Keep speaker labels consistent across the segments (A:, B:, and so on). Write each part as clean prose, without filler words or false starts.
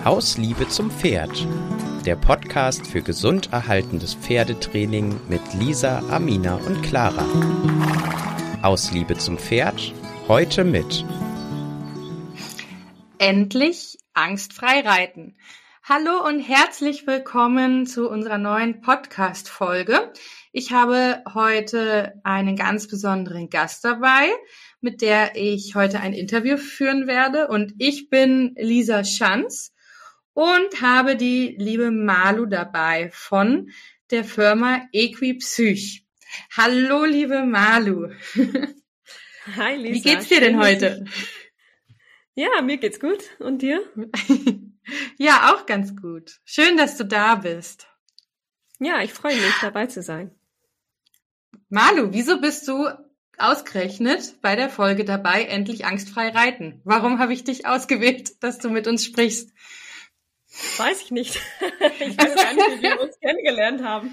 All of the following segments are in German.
A: Aus Liebe zum Pferd, der Podcast für gesund erhaltendes Pferdetraining mit Lisa, Amina und Clara. Aus Liebe zum Pferd, heute mit
B: Endlich angstfrei reiten. Hallo und herzlich willkommen zu unserer neuen Podcast-Folge. Ich habe heute einen ganz besonderen Gast dabei, mit der ich heute ein Interview führen werde. Und ich bin Lisa Schanz und habe die liebe Malu dabei von der Firma Equipsych. Hallo, liebe Malu.
C: Hi, Lisa.
B: Wie geht's dir denn heute?
C: Ja, mir geht's gut. Und dir?
B: Ja, auch ganz gut. Schön, dass du da bist.
C: Ja, ich freue mich, dabei zu sein.
B: Malu, wieso bist du ausgerechnet bei der Folge dabei, endlich angstfrei reiten? Warum habe ich dich ausgewählt, dass du mit uns sprichst?
C: Weiß ich nicht. Ich weiß gar nicht, wie wir uns kennengelernt haben.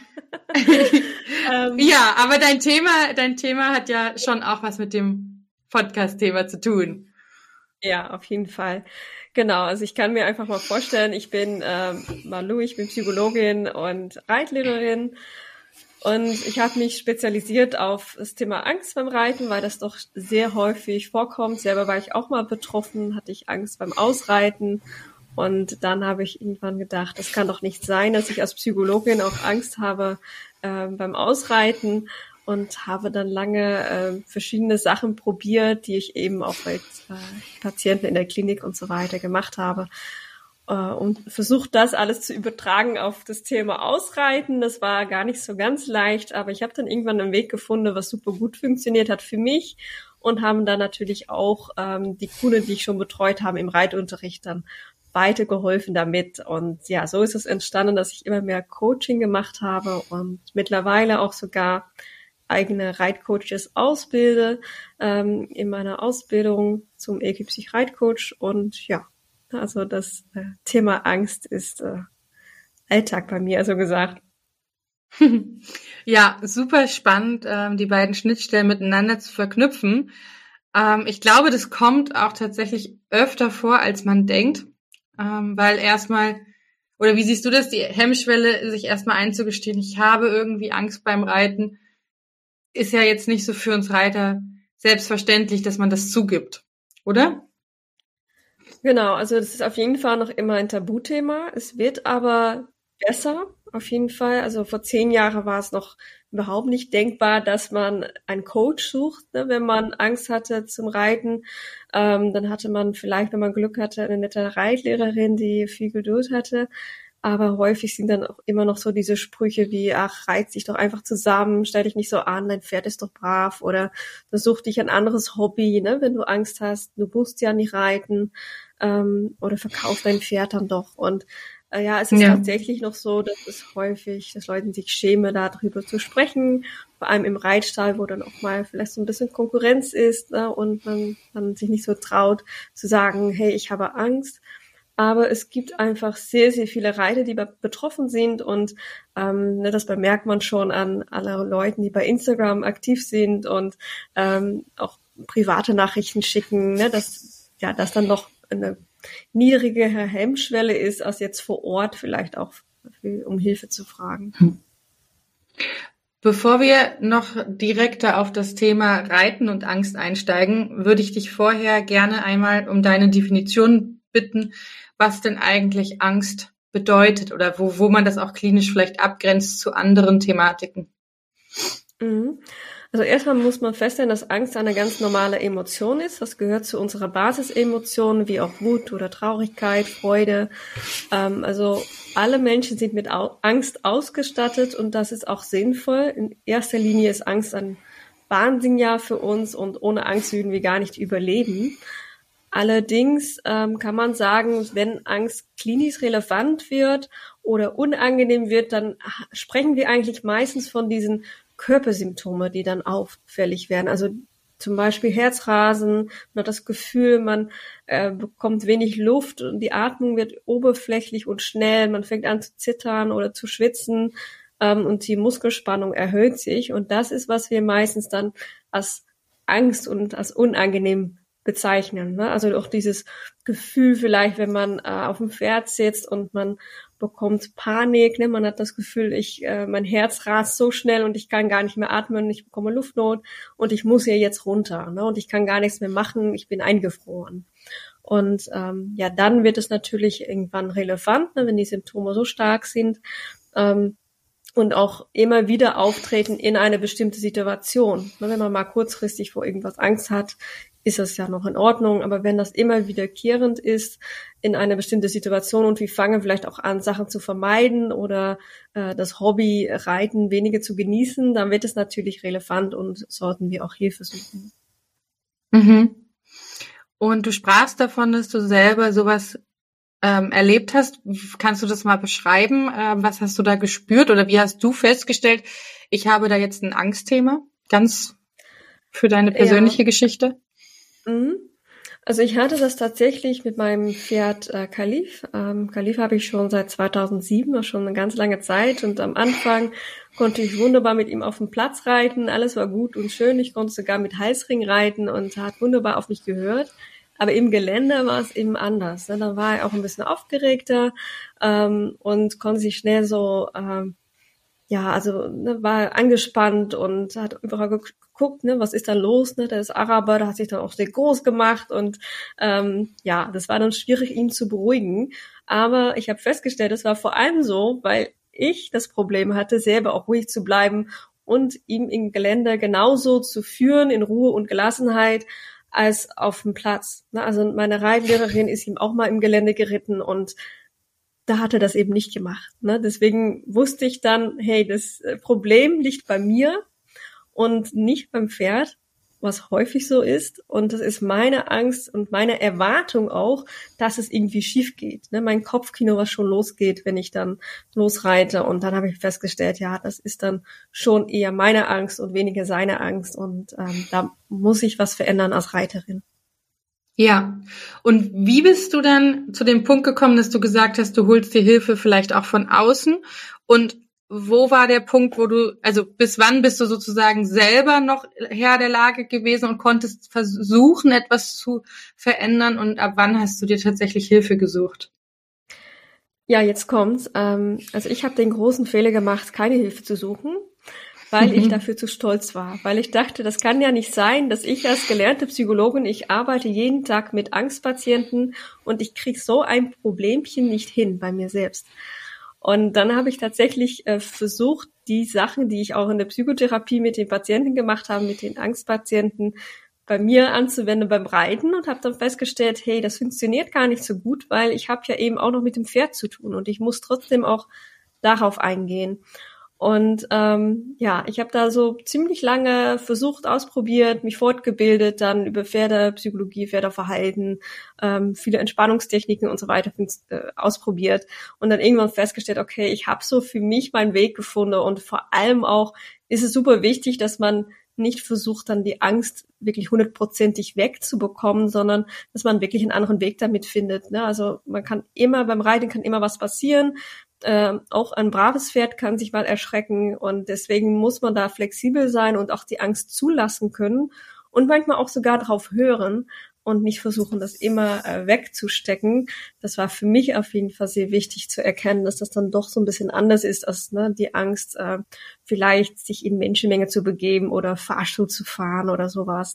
B: Ja, aber dein Thema hat ja schon auch was mit dem Podcast-Thema zu tun.
C: Ja, auf jeden Fall. Genau, also ich kann mir einfach mal vorstellen, ich bin Malu, ich bin Psychologin und Reitlehrerin und ich habe mich spezialisiert auf das Thema Angst beim Reiten, weil das doch sehr häufig vorkommt. Selber war ich auch mal betroffen, hatte ich Angst beim Ausreiten und dann habe ich irgendwann gedacht, das kann doch nicht sein, dass ich als Psychologin auch Angst habe beim Ausreiten. Und habe dann lange verschiedene Sachen probiert, die ich eben auch bei Patienten in der Klinik und so weiter gemacht habe. Und versucht, das alles zu übertragen auf das Thema Ausreiten. Das war gar nicht so ganz leicht, aber ich habe dann irgendwann einen Weg gefunden, was super gut funktioniert hat für mich. Und haben dann natürlich auch die Kunden, die ich schon betreut habe, im Reitunterricht dann weitergeholfen damit. Und ja, so ist es entstanden, dass ich immer mehr Coaching gemacht habe und mittlerweile auch sogar eigene Reitcoaches ausbilde, in meiner Ausbildung zum Equipsych Reitcoach. Und ja, also das Thema Angst ist Alltag bei mir, so gesagt.
B: Ja, super spannend, die beiden Schnittstellen miteinander zu verknüpfen. Ich glaube, das kommt auch tatsächlich öfter vor, als man denkt, weil erstmal, oder wie siehst du das, die Hemmschwelle, sich erstmal einzugestehen, ich habe irgendwie Angst beim Reiten, ist ja jetzt nicht so für uns Reiter selbstverständlich, dass man das zugibt, oder?
C: Genau, also das ist auf jeden Fall noch immer ein Tabuthema. Es wird aber besser, auf jeden Fall. Also vor 10 Jahren war es noch überhaupt nicht denkbar, dass man einen Coach sucht, ne? Wenn man Angst hatte zum Reiten, dann hatte man vielleicht, wenn man Glück hatte, eine nette Reitlehrerin, die viel Geduld hatte. Aber häufig sind dann auch immer noch so diese Sprüche wie, ach, reiz dich doch einfach zusammen, stell dich nicht so an, dein Pferd ist doch brav oder versuch dich ein anderes Hobby, ne, wenn du Angst hast, du musst ja nicht reiten, oder verkauf dein Pferd dann doch. Und ja, es ist tatsächlich noch so, dass es häufig, dass Leute sich schämen, darüber zu sprechen, vor allem im Reitstall, wo dann auch mal vielleicht so ein bisschen Konkurrenz ist, ne, und man sich nicht so traut zu sagen, hey, ich habe Angst. Aber es gibt einfach sehr, sehr viele Reiter, die betroffen sind und das bemerkt man schon an alle Leuten, die bei Instagram aktiv sind und auch private Nachrichten schicken, ne, dass dann noch eine niedrige Hemmschwelle ist, als jetzt vor Ort vielleicht auch um Hilfe zu fragen.
B: Bevor wir noch direkter auf das Thema Reiten und Angst einsteigen, würde ich dich vorher gerne einmal um deine Definition bitten, was denn eigentlich Angst bedeutet oder wo man das auch klinisch vielleicht abgrenzt zu anderen Thematiken.
C: Also erstmal muss man feststellen, dass Angst eine ganz normale Emotion ist. Das gehört zu unserer Basisemotion, wie auch Wut oder Traurigkeit, Freude. Also alle Menschen sind mit Angst ausgestattet und das ist auch sinnvoll. In erster Linie ist Angst ein Warnsignal für uns und ohne Angst würden wir gar nicht überleben. Allerdings kann man sagen, wenn Angst klinisch relevant wird oder unangenehm wird, dann sprechen wir eigentlich meistens von diesen Körpersymptomen, die dann auffällig werden. Also zum Beispiel Herzrasen, man hat das Gefühl, man bekommt wenig Luft und die Atmung wird oberflächlich und schnell, man fängt an zu zittern oder zu schwitzen und die Muskelspannung erhöht sich. Und das ist, was wir meistens dann als Angst und als unangenehm bezeichnen, ne? Also auch dieses Gefühl vielleicht, wenn man auf dem Pferd sitzt und man bekommt Panik, ne? Man hat das Gefühl, mein Herz rast so schnell und ich kann gar nicht mehr atmen, ich bekomme Luftnot und ich muss hier jetzt runter, ne? Und ich kann gar nichts mehr machen, ich bin eingefroren. Und dann wird es natürlich irgendwann relevant, ne? Wenn die Symptome so stark sind, und auch immer wieder auftreten in eine bestimmte Situation. Wenn man mal kurzfristig vor irgendwas Angst hat, ist das ja noch in Ordnung. Aber wenn das immer wiederkehrend ist in eine bestimmte Situation und wir fangen vielleicht auch an, Sachen zu vermeiden oder das Hobby Reiten weniger zu genießen, dann wird es natürlich relevant und sollten wir auch Hilfe suchen.
B: Mhm. Und du sprachst davon, dass du selber sowas erlebt hast. Kannst du das mal beschreiben? Was hast du da gespürt oder wie hast du festgestellt, ich habe da jetzt ein Angstthema? Ganz für deine persönliche Geschichte?
C: Also ich hatte das tatsächlich mit meinem Pferd Khalif. Khalif habe ich schon seit 2007, schon eine ganz lange Zeit. Und am Anfang konnte ich wunderbar mit ihm auf dem Platz reiten. Alles war gut und schön. Ich konnte sogar mit Halsring reiten und er hat wunderbar auf mich gehört. Aber im Gelände war es eben anders. Ne? Da war er auch ein bisschen aufgeregter und konnte sich schnell so, war angespannt und hat überall geguckt, ne, was ist da los? Ne? Der ist Araber, der hat sich dann auch sehr groß gemacht und das war dann schwierig, ihn zu beruhigen. Aber ich habe festgestellt, es war vor allem so, weil ich das Problem hatte, selber auch ruhig zu bleiben und ihm im Gelände genauso zu führen, in Ruhe und Gelassenheit, als auf dem Platz. Also meine Reitlehrerin ist ihm auch mal im Gelände geritten und da hat er das eben nicht gemacht. Deswegen wusste ich dann, hey, das Problem liegt bei mir und nicht beim Pferd, was häufig so ist. Und das ist meine Angst und meine Erwartung auch, dass es irgendwie schief geht. Mein Kopfkino, was schon losgeht, wenn ich dann losreite. Und dann habe ich festgestellt, ja, das ist dann schon eher meine Angst und weniger seine Angst. Und da muss ich was verändern als Reiterin.
B: Ja. Und wie bist du dann zu dem Punkt gekommen, dass du gesagt hast, du holst dir Hilfe vielleicht auch von außen? Und wo war der Punkt, bis wann bist du sozusagen selber noch Herr der Lage gewesen und konntest versuchen, etwas zu verändern? Und ab wann hast du dir tatsächlich Hilfe gesucht?
C: Ja, jetzt kommt's. Also ich habe den großen Fehler gemacht, keine Hilfe zu suchen, weil ich dafür zu stolz war. Weil ich dachte, das kann ja nicht sein, dass ich als gelernte Psychologin, ich arbeite jeden Tag mit Angstpatienten und ich krieg so ein Problemchen nicht hin bei mir selbst. Und dann habe ich tatsächlich versucht, die Sachen, die ich auch in der Psychotherapie mit den Patienten gemacht habe, mit den Angstpatienten, bei mir anzuwenden beim Reiten und habe dann festgestellt, hey, das funktioniert gar nicht so gut, weil ich habe ja eben auch noch mit dem Pferd zu tun und ich muss trotzdem auch darauf eingehen. Und ich habe da so ziemlich lange versucht, ausprobiert, mich fortgebildet, dann über Pferdepsychologie, Pferdeverhalten, viele Entspannungstechniken und so weiter ausprobiert und dann irgendwann festgestellt, okay, ich habe so für mich meinen Weg gefunden und vor allem auch ist es super wichtig, dass man nicht versucht, dann die Angst wirklich 100%ig wegzubekommen, sondern dass man wirklich einen anderen Weg damit findet. Ne? Also man kann immer beim Reiten kann immer was passieren. Auch ein braves Pferd kann sich mal erschrecken und deswegen muss man da flexibel sein und auch die Angst zulassen können und manchmal auch sogar drauf hören und nicht versuchen, das immer wegzustecken. Das war für mich auf jeden Fall sehr wichtig zu erkennen, dass das dann doch so ein bisschen anders ist als die Angst, vielleicht sich in Menschenmenge zu begeben oder Fahrstuhl zu fahren oder sowas.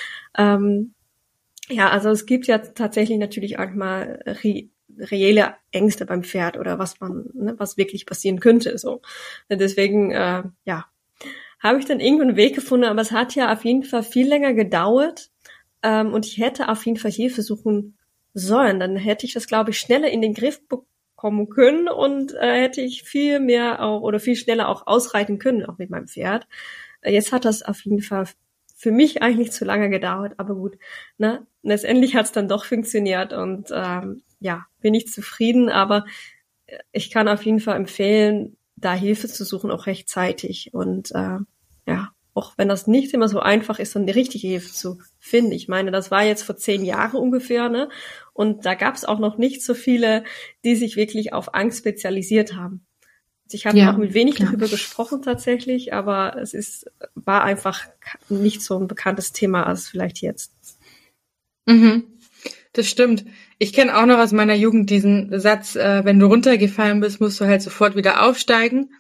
C: Also es gibt ja tatsächlich natürlich auch mal reelle Ängste beim Pferd oder was wirklich passieren könnte. So. Deswegen, habe ich dann irgendwann einen Weg gefunden, aber es hat ja auf jeden Fall viel länger gedauert und ich hätte auf jeden Fall Hilfe suchen sollen. Dann hätte ich das, glaube ich, schneller in den Griff bekommen können und hätte ich viel mehr auch, oder viel schneller auch ausreiten können, auch mit meinem Pferd. Jetzt hat das auf jeden Fall für mich eigentlich zu lange gedauert, aber gut. Letztendlich hat es dann doch funktioniert und bin ich zufrieden, aber ich kann auf jeden Fall empfehlen, da Hilfe zu suchen, auch rechtzeitig und auch wenn das nicht immer so einfach ist, dann die richtige Hilfe zu finden. Ich meine, das war jetzt vor 10 Jahren ungefähr, und da gab es auch noch nicht so viele, die sich wirklich auf Angst spezialisiert haben. Ich habe auch mit wenig darüber gesprochen tatsächlich, aber war einfach nicht so ein bekanntes Thema als vielleicht jetzt.
B: Mhm. Das stimmt. Ich kenne auch noch aus meiner Jugend diesen Satz, wenn du runtergefallen bist, musst du halt sofort wieder aufsteigen.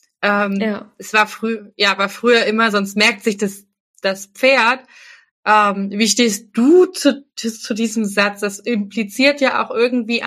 B: Es war früher immer, sonst merkt sich das Pferd. Wie stehst du zu diesem Satz? Das impliziert ja auch irgendwie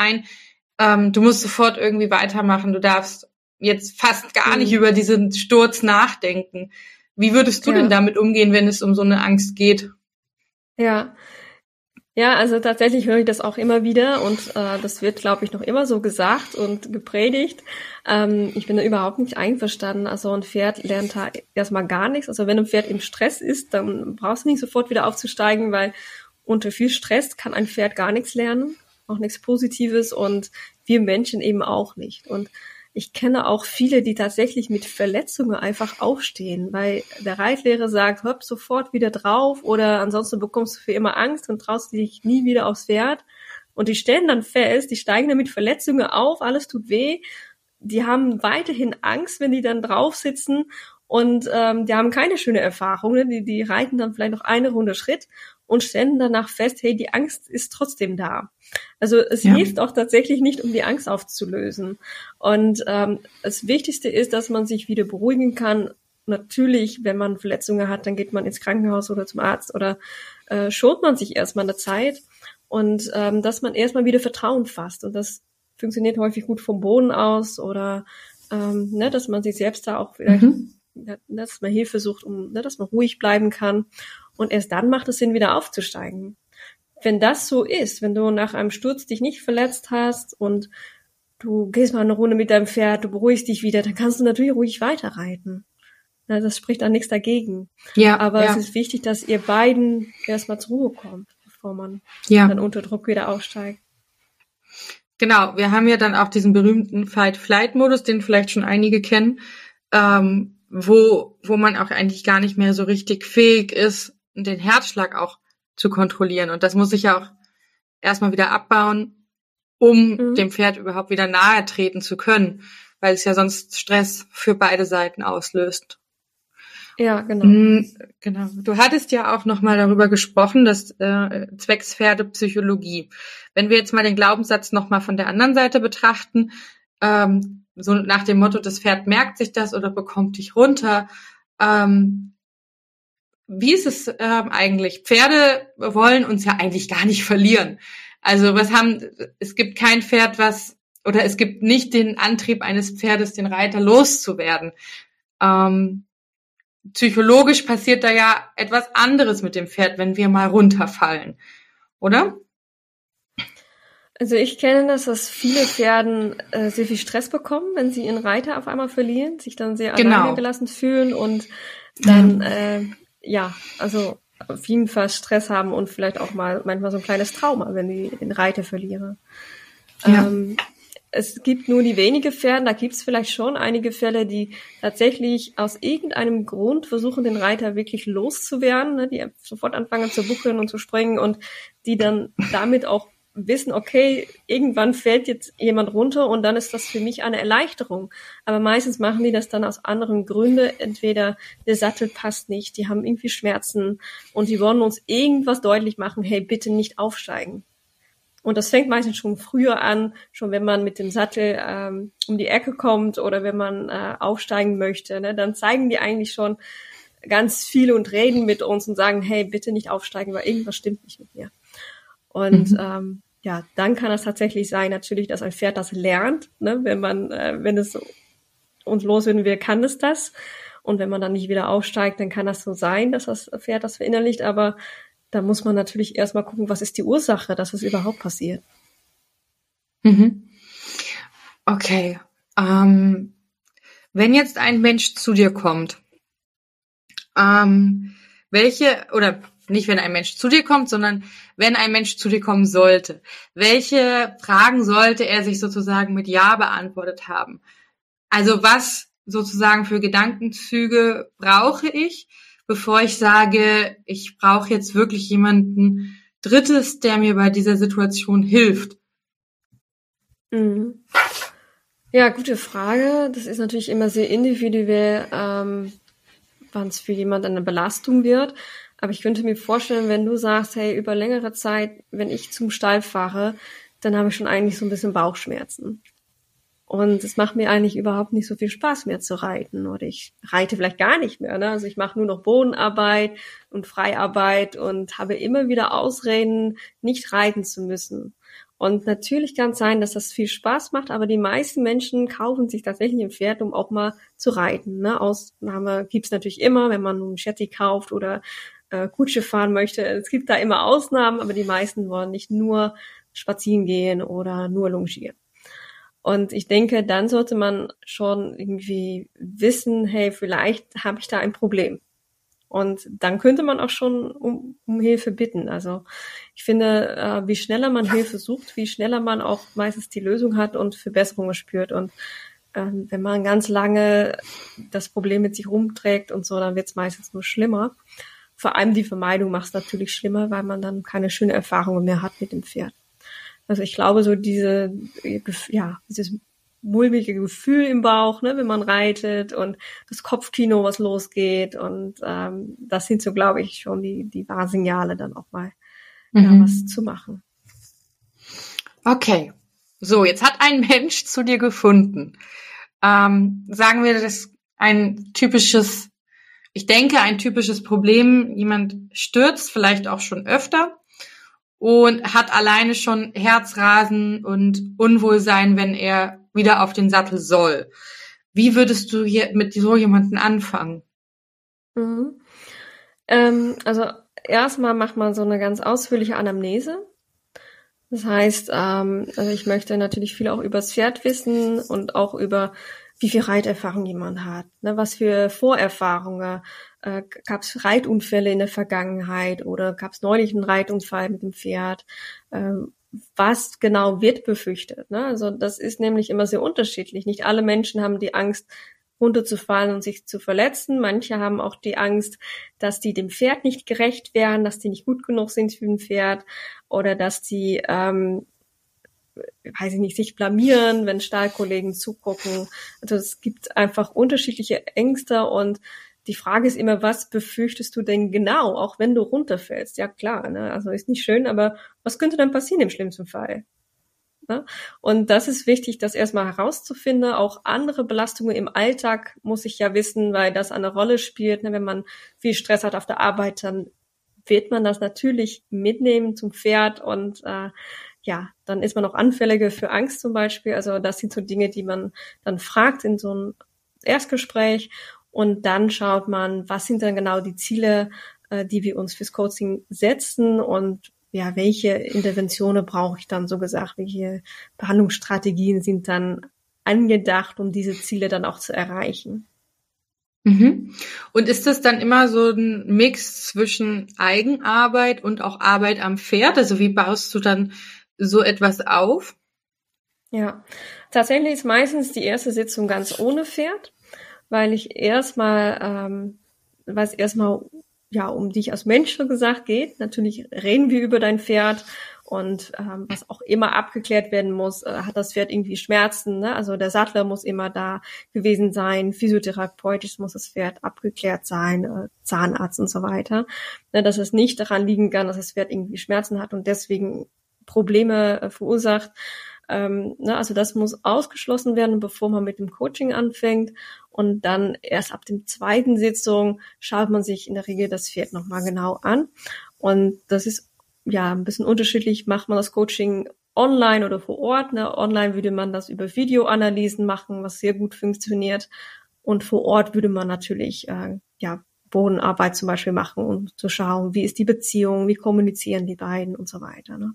B: du musst sofort irgendwie weitermachen. Du darfst jetzt fast gar nicht über diesen Sturz nachdenken. Wie würdest du denn damit umgehen, wenn es um so eine Angst geht?
C: Ja. Ja, also tatsächlich höre ich das auch immer wieder und das wird, glaube ich, noch immer so gesagt und gepredigt. Ich bin da überhaupt nicht einverstanden. Also ein Pferd lernt da erstmal gar nichts. Also wenn ein Pferd im Stress ist, dann brauchst du nicht sofort wieder aufzusteigen, weil unter viel Stress kann ein Pferd gar nichts lernen, auch nichts Positives und wir Menschen eben auch nicht. Und ich kenne auch viele, die tatsächlich mit Verletzungen einfach aufstehen, weil der Reitlehrer sagt, hüpf sofort wieder drauf oder ansonsten bekommst du für immer Angst und traust dich nie wieder aufs Pferd. Und die stellen dann fest, die steigen dann mit Verletzungen auf, alles tut weh. Die haben weiterhin Angst, wenn die dann drauf sitzen und die haben keine schöne Erfahrungen. Die reiten dann vielleicht noch eine Runde Schritt und stellen danach fest, hey, die Angst ist trotzdem da. Also es hilft auch tatsächlich nicht, um die Angst aufzulösen. Und das Wichtigste ist, dass man sich wieder beruhigen kann. Natürlich, wenn man Verletzungen hat, dann geht man ins Krankenhaus oder zum Arzt oder schont man sich erstmal eine Zeit und dass man erstmal wieder Vertrauen fasst. Und das funktioniert häufig gut vom Boden aus oder dass man sich selbst da auch vielleicht, dass man Hilfe sucht, dass man ruhig bleiben kann. Und erst dann macht es Sinn, wieder aufzusteigen. Wenn das so ist, wenn du nach einem Sturz dich nicht verletzt hast und du gehst mal eine Runde mit deinem Pferd, du beruhigst dich wieder, dann kannst du natürlich ruhig weiterreiten. Ja, das spricht dann nichts dagegen. Aber es ist wichtig, dass ihr beiden erstmal zur Ruhe kommt, bevor man dann unter Druck wieder aufsteigt.
B: Genau, wir haben ja dann auch diesen berühmten Fight-Flight-Modus, den vielleicht schon einige kennen, wo man auch eigentlich gar nicht mehr so richtig fähig ist, den Herzschlag auch zu kontrollieren. Und das muss ich ja auch erstmal wieder abbauen, um dem Pferd überhaupt wieder nahe treten zu können, weil es ja sonst Stress für beide Seiten auslöst.
C: Ja, genau.
B: Genau. Du hattest ja auch nochmal darüber gesprochen, dass zwecks Pferdepsychologie. Wenn wir jetzt mal den Glaubenssatz nochmal von der anderen Seite betrachten, so nach dem Motto, das Pferd merkt sich das oder bekommt dich runter. Wie ist es eigentlich? Pferde wollen uns ja eigentlich gar nicht verlieren. Also es gibt kein Pferd, es gibt nicht den Antrieb eines Pferdes, den Reiter loszuwerden. Psychologisch passiert da ja etwas anderes mit dem Pferd, wenn wir mal runterfallen, oder?
C: Also ich kenne das, dass viele Pferden sehr viel Stress bekommen, wenn sie ihren Reiter auf einmal verlieren, sich dann sehr alleine gelassen fühlen und dann also auf jeden Fall Stress haben und vielleicht auch manchmal so ein kleines Trauma, wenn die den Reiter verlieren. Ja. Es gibt nur die wenige Pferde, da gibt es vielleicht schon einige Fälle, die tatsächlich aus irgendeinem Grund versuchen, den Reiter wirklich loszuwerden, ne, die sofort anfangen zu buckeln und zu springen und die dann damit auch wissen, okay, irgendwann fällt jetzt jemand runter und dann ist das für mich eine Erleichterung. Aber meistens machen die das dann aus anderen Gründen. Entweder der Sattel passt nicht, die haben irgendwie Schmerzen und die wollen uns irgendwas deutlich machen, hey, bitte nicht aufsteigen. Und das fängt meistens schon früher an, schon wenn man mit dem Sattel um die Ecke kommt oder wenn man aufsteigen möchte, ne, dann zeigen die eigentlich schon ganz viel und reden mit uns und sagen, hey, bitte nicht aufsteigen, weil irgendwas stimmt nicht mit mir. Und dann kann es tatsächlich sein, natürlich, dass ein Pferd das lernt, ne? Wenn es uns loswerden will, kann es das. Und wenn man dann nicht wieder aufsteigt, dann kann das so sein, dass das Pferd das verinnerlicht. Aber da muss man natürlich erstmal gucken, was ist die Ursache, dass es überhaupt passiert.
B: Okay. Wenn jetzt ein Mensch zu dir kommt, nicht wenn ein Mensch zu dir kommt, sondern wenn ein Mensch zu dir kommen sollte. Welche Fragen sollte er sich sozusagen mit Ja beantwortet haben? Also was sozusagen für Gedankenzüge brauche ich, bevor ich sage, ich brauche jetzt wirklich jemanden Drittes, der mir bei dieser Situation hilft?
C: Ja, gute Frage. Das ist natürlich immer sehr individuell, wann es für jemand eine Belastung wird. Aber ich könnte mir vorstellen, wenn du sagst, hey, über längere Zeit, wenn ich zum Stall fahre, dann habe ich schon eigentlich so ein bisschen Bauchschmerzen. Und es macht mir eigentlich überhaupt nicht so viel Spaß mehr zu reiten. Oder ich reite vielleicht gar nicht mehr. Ne? Also ich mache nur noch Bodenarbeit und Freiarbeit und habe immer wieder Ausreden, nicht reiten zu müssen. Und natürlich kann es sein, dass das viel Spaß macht, aber die meisten Menschen kaufen sich tatsächlich ein Pferd, um auch mal zu reiten. Ne? Ausnahme gibt's natürlich immer, wenn man einen Shetty kauft oder Kutsche fahren möchte. Es gibt da immer Ausnahmen, aber die meisten wollen nicht nur spazieren gehen oder nur longieren. Und ich denke, dann sollte man schon irgendwie wissen, hey, vielleicht habe ich da ein Problem. Und dann könnte man auch schon um Hilfe bitten. Also ich finde, wie schneller man Hilfe sucht, wie schneller man auch meistens die Lösung hat und Verbesserungen spürt. Und wenn man ganz lange das Problem mit sich rumträgt und so, dann wird es meistens nur schlimmer. Vor allem die Vermeidung macht es natürlich schlimmer, weil man dann keine schöne Erfahrungen mehr hat mit dem Pferd. Also ich glaube, so dieses mulmige Gefühl im Bauch, ne, wenn man reitet und das Kopfkino, was losgeht und das sind so, glaube ich, schon die Warnsignale, dann auch mal was zu machen.
B: Okay, so jetzt hat ein Mensch zu dir gefunden. Sagen wir, das ist ein typisches Problem. Jemand stürzt vielleicht auch schon öfter und hat alleine schon Herzrasen und Unwohlsein, wenn er wieder auf den Sattel soll. Wie würdest du hier mit so jemandem anfangen?
C: Also erstmal macht man so eine ganz ausführliche Anamnese. Das heißt, also ich möchte natürlich viel auch über das Pferd wissen und auch über wie viel Reiterfahrung jemand hat, ne, was für Vorerfahrungen, gab es Reitunfälle in der Vergangenheit oder gab es neulich einen Reitunfall mit dem Pferd, was genau wird befürchtet, ne? Also das ist nämlich immer sehr unterschiedlich. Nicht alle Menschen haben die Angst, runterzufallen und sich zu verletzen. Manche haben auch die Angst, dass die dem Pferd nicht gerecht werden, dass die nicht gut genug sind für ein Pferd oder dass die sich blamieren, wenn Stallkollegen zugucken. Also es gibt einfach unterschiedliche Ängste und die Frage ist immer, was befürchtest du denn genau, auch wenn du runterfällst? Ja klar, ne? Also ist nicht schön, aber was könnte dann passieren im schlimmsten Fall? Ne? Und das ist wichtig, das erstmal herauszufinden. Auch andere Belastungen im Alltag muss ich ja wissen, weil das eine Rolle spielt. Ne? Wenn man viel Stress hat auf der Arbeit, dann wird man das natürlich mitnehmen zum Pferd und dann ist man auch anfälliger für Angst zum Beispiel. Also das sind so Dinge, die man dann fragt in so einem Erstgespräch und dann schaut man, was sind dann genau die Ziele, die wir uns fürs Coaching setzen und ja, welche Interventionen brauche ich dann so gesagt, welche Behandlungsstrategien sind dann angedacht, um diese Ziele dann auch zu erreichen.
B: Mhm. Und ist das dann immer so ein Mix zwischen Eigenarbeit und auch Arbeit am Pferd? Also wie baust du dann so etwas auf?
C: Ja, tatsächlich ist meistens die erste Sitzung ganz ohne Pferd, weil es erstmal um dich als Mensch so gesagt geht. Natürlich reden wir über dein Pferd und was auch immer abgeklärt werden muss, hat das Pferd irgendwie Schmerzen, ne? Also der Sattler muss immer da gewesen sein, physiotherapeutisch muss das Pferd abgeklärt sein, Zahnarzt und so weiter, ne? Dass es nicht daran liegen kann, dass das Pferd irgendwie Schmerzen hat und deswegen Probleme verursacht. Also das muss ausgeschlossen werden, bevor man mit dem Coaching anfängt. Und dann erst ab dem zweiten Sitzung schaut man sich in der Regel das Pferd nochmal genau an. Und das ist ja ein bisschen unterschiedlich. Macht man das Coaching online oder vor Ort? Ne? Online würde man das über Videoanalysen machen, was sehr gut funktioniert. Und vor Ort würde man natürlich Bodenarbeit zum Beispiel machen, um zu schauen, wie ist die Beziehung, wie kommunizieren die beiden und so weiter. Ne?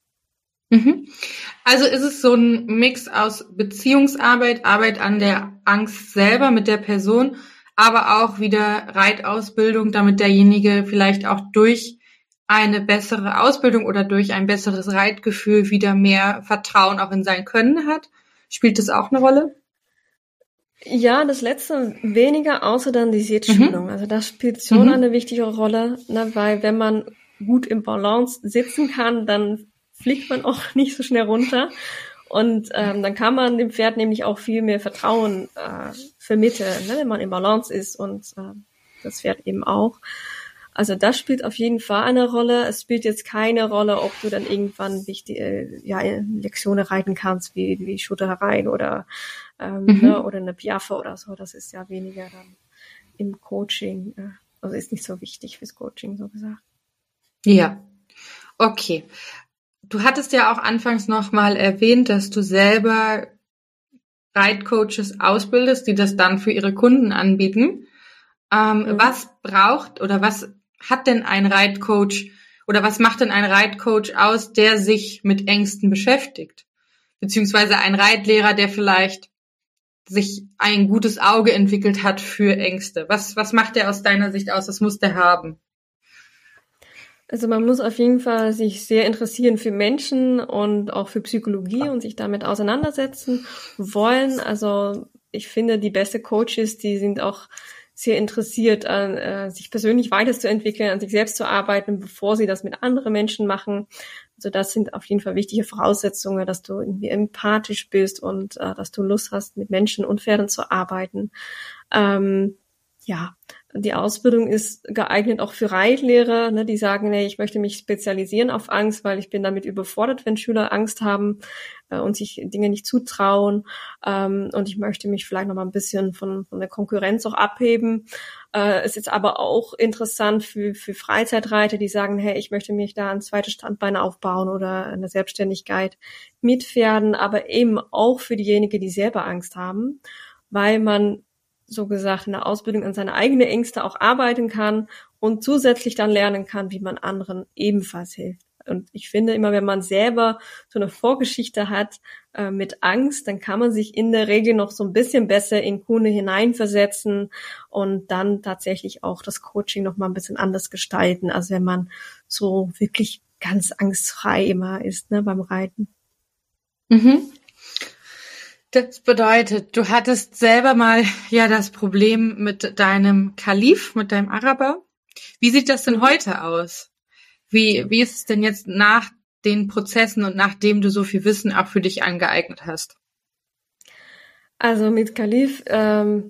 B: Also ist es so ein Mix aus Beziehungsarbeit, Arbeit an der Angst selber mit der Person, aber auch wieder Reitausbildung, damit derjenige vielleicht auch durch eine bessere Ausbildung oder durch ein besseres Reitgefühl wieder mehr Vertrauen auch in sein Können hat. Spielt das auch eine Rolle?
C: Ja, das letzte weniger, außer dann die Sitzschulung. Also das spielt schon eine wichtige Rolle, ne, weil wenn man gut im Balance sitzen kann, dann fliegt man auch nicht so schnell runter. Und dann kann man dem Pferd nämlich auch viel mehr Vertrauen vermitteln, ne, wenn man im Balance ist und das Pferd eben auch. Also das spielt auf jeden Fall eine Rolle. Es spielt jetzt keine Rolle, ob du dann irgendwann wichtige Lektionen reiten kannst, wie Schuttereien oder ne, oder eine Piaffe oder so. Das ist ja weniger dann im Coaching. Also ist nicht so wichtig fürs Coaching, so gesagt.
B: Ja, okay. Du hattest ja auch anfangs nochmal erwähnt, dass du selber Reitcoaches ausbildest, die das dann für ihre Kunden anbieten. Was braucht oder was hat denn ein Reitcoach oder was macht denn ein Reitcoach aus, der sich mit Ängsten beschäftigt? Beziehungsweise ein Reitlehrer, der vielleicht sich ein gutes Auge entwickelt hat für Ängste. Was macht der aus deiner Sicht aus? Was muss der haben?
C: Also man muss auf jeden Fall sich sehr interessieren für Menschen und auch für Psychologie und sich damit auseinandersetzen wollen. Also ich finde, die besten Coaches, die sind auch sehr interessiert an sich persönlich weiterzuentwickeln, an sich selbst zu arbeiten, bevor sie das mit anderen Menschen machen. Also das sind auf jeden Fall wichtige Voraussetzungen, dass du irgendwie empathisch bist und dass du Lust hast, mit Menschen und Pferden zu arbeiten. Die Ausbildung ist geeignet auch für Reitlehrer, ne, die sagen, nee, ich möchte mich spezialisieren auf Angst, weil ich bin damit überfordert, wenn Schüler Angst haben und sich Dinge nicht zutrauen. Und ich möchte mich vielleicht noch mal ein bisschen von der Konkurrenz auch abheben. Ist jetzt aber auch interessant für Freizeitreiter, die sagen, hey, ich möchte mich da ein zweites Standbein aufbauen oder eine Selbstständigkeit mit Pferden, aber eben auch für diejenigen, die selber Angst haben, weil man so gesagt in der Ausbildung an seine eigenen Ängste auch arbeiten kann und zusätzlich dann lernen kann, wie man anderen ebenfalls hilft. Und ich finde immer, wenn man selber so eine Vorgeschichte hat mit Angst, dann kann man sich in der Regel noch so ein bisschen besser in Kunde hineinversetzen und dann tatsächlich auch das Coaching noch mal ein bisschen anders gestalten, als wenn man so wirklich ganz angstfrei immer ist, ne, beim Reiten.
B: Mhm. Das bedeutet, du hattest selber mal ja das Problem mit deinem Kalif, mit deinem Araber. Wie sieht das denn heute aus? Wie ist es denn jetzt nach den Prozessen und nachdem du so viel Wissen auch für dich angeeignet hast?
C: Also mit Kalif, bin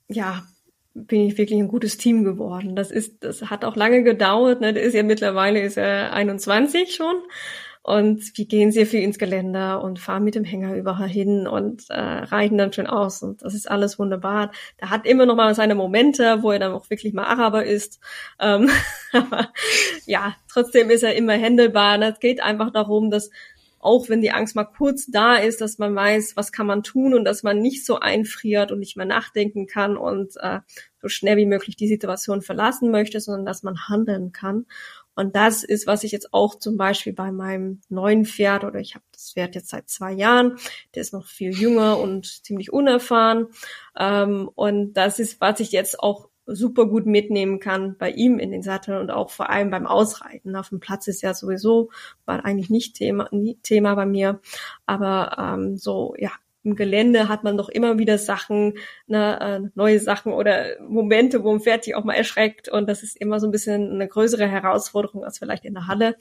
C: ich wirklich ein gutes Team geworden. Das hat auch lange gedauert, ne? Mittlerweile ist er 21 schon. Und wir gehen sehr viel ins Geländer und fahren mit dem Hänger überall hin und reiten dann schön aus. Und das ist alles wunderbar. Der hat immer noch mal seine Momente, wo er dann auch wirklich mal Araber ist. Aber ja, trotzdem ist er immer händelbar. Es geht einfach darum, dass auch wenn die Angst mal kurz da ist, dass man weiß, was kann man tun und dass man nicht so einfriert und nicht mehr nachdenken kann und so schnell wie möglich die Situation verlassen möchte, sondern dass man handeln kann. Und das ist, was ich jetzt auch zum Beispiel bei meinem neuen Pferd, oder ich habe das Pferd jetzt seit 2 Jahren, der ist noch viel jünger und ziemlich unerfahren. Und das ist, was ich jetzt auch super gut mitnehmen kann bei ihm in den Sattel und auch vor allem beim Ausreiten. Auf dem Platz ist ja sowieso, war eigentlich nie Thema bei mir. Aber im Gelände hat man doch immer wieder Sachen, neue Sachen oder Momente, wo ein Pferd sich auch mal erschreckt. Und das ist immer so ein bisschen eine größere Herausforderung als vielleicht in der Halle.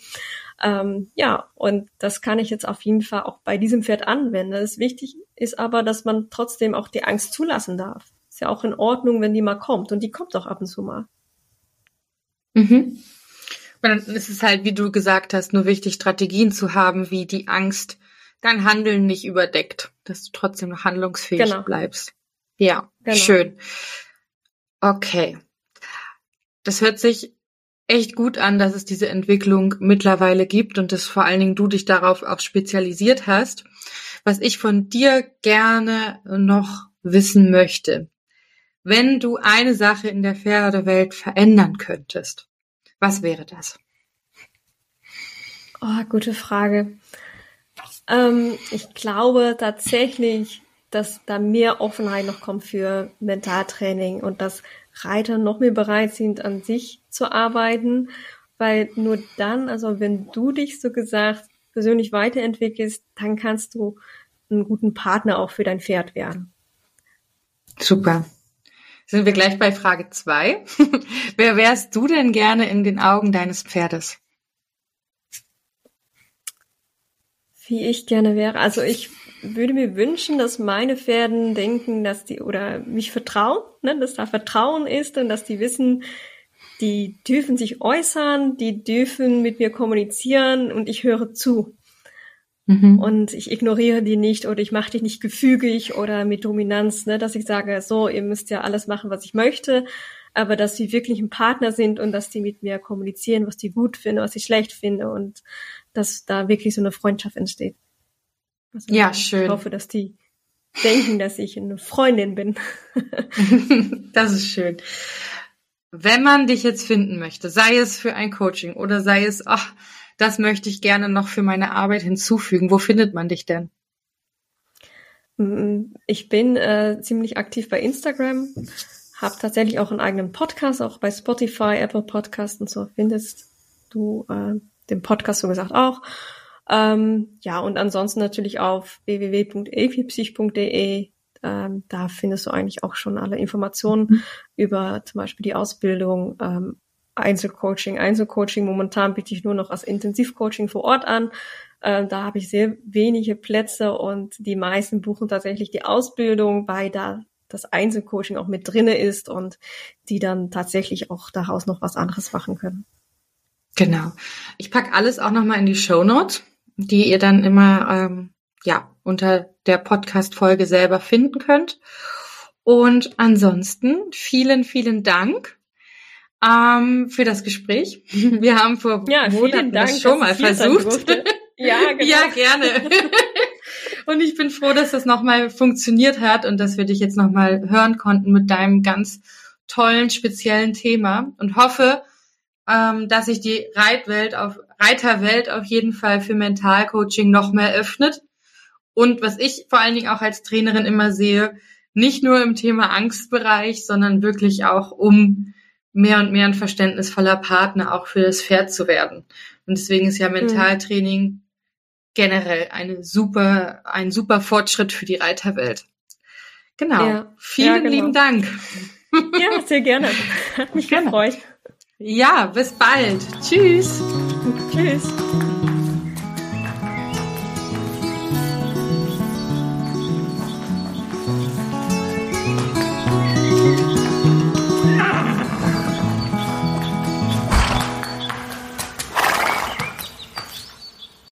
C: Und das kann ich jetzt auf jeden Fall auch bei diesem Pferd anwenden. Das wichtig ist aber, dass man trotzdem auch die Angst zulassen darf. Ist ja auch in Ordnung, wenn die mal kommt. Und die kommt auch ab und zu mal.
B: Mhm. Und dann ist es halt, wie du gesagt hast, nur wichtig, Strategien zu haben, wie die Angst dein Handeln nicht überdeckt, dass du trotzdem noch handlungsfähig bleibst. Ja, genau. Schön. Okay. Das hört sich echt gut an, dass es diese Entwicklung mittlerweile gibt und dass vor allen Dingen du dich darauf auch spezialisiert hast. Was ich von dir gerne noch wissen möchte, wenn du eine Sache in der Pferdewelt verändern könntest, was wäre das?
C: Oh, gute Frage. Ich glaube tatsächlich, dass da mehr Offenheit noch kommt für Mentaltraining und dass Reiter noch mehr bereit sind, an sich zu arbeiten, weil nur dann, also wenn du dich so gesagt persönlich weiterentwickelst, dann kannst du einen guten Partner auch für dein Pferd werden.
B: Super. Sind wir gleich bei Frage 2. Wer wärst du denn gerne in den Augen deines Pferdes?
C: Wie ich gerne wäre. Also ich würde mir wünschen, dass meine Pferden denken, dass die oder mich vertrauen, ne, dass da Vertrauen ist und dass die wissen, die dürfen sich äußern, die dürfen mit mir kommunizieren und ich höre zu. Und ich ignoriere die nicht oder ich mache die nicht gefügig oder mit Dominanz, ne, dass ich sage, so, ihr müsst ja alles machen, was ich möchte, aber dass sie wirklich ein Partner sind und dass die mit mir kommunizieren, was die gut finden, was ich schlecht finde und dass da wirklich so eine Freundschaft entsteht. Also
B: ja, schön.
C: Ich hoffe, dass die denken, dass ich eine Freundin bin.
B: Das ist schön. Wenn man dich jetzt finden möchte, sei es für ein Coaching oder sei es, ach, das möchte ich gerne noch für meine Arbeit hinzufügen, wo findet man dich denn?
C: Ich bin ziemlich aktiv bei Instagram, habe tatsächlich auch einen eigenen Podcast, auch bei Spotify, Apple Podcast und so findest du den Podcast, so gesagt, auch. Ja, und ansonsten natürlich auf www.epipsych.de. Da findest du eigentlich auch schon alle Informationen über zum Beispiel die Ausbildung, Einzelcoaching. Momentan biete ich nur noch als Intensivcoaching vor Ort an. Da habe ich sehr wenige Plätze und die meisten buchen tatsächlich die Ausbildung, weil da das Einzelcoaching auch mit drinne ist und die dann tatsächlich auch daraus noch was anderes machen können.
B: Genau. Ich packe alles auch nochmal in die Shownotes, die ihr dann immer unter der Podcast-Folge selber finden könnt. Und ansonsten vielen, vielen Dank für das Gespräch. Wir haben vor Monaten das schon mal versucht.
C: Ja, genau.
B: Ja, gerne. Und ich bin froh, dass das nochmal funktioniert hat und dass wir dich jetzt nochmal hören konnten mit deinem ganz tollen, speziellen Thema und hoffe, dass sich die Reiterwelt auf jeden Fall für Mentalcoaching noch mehr öffnet. Und was ich vor allen Dingen auch als Trainerin immer sehe, nicht nur im Thema Angstbereich, sondern wirklich auch um mehr und mehr ein verständnisvoller Partner auch für das Pferd zu werden. Und deswegen ist ja Mentaltraining generell ein super Fortschritt für die Reiterwelt. Genau.
C: Ja,
B: Vielen lieben Dank.
C: Ja, sehr gerne. Hat mich gefreut.
B: Ja, bis bald. Tschüss.
C: Tschüss.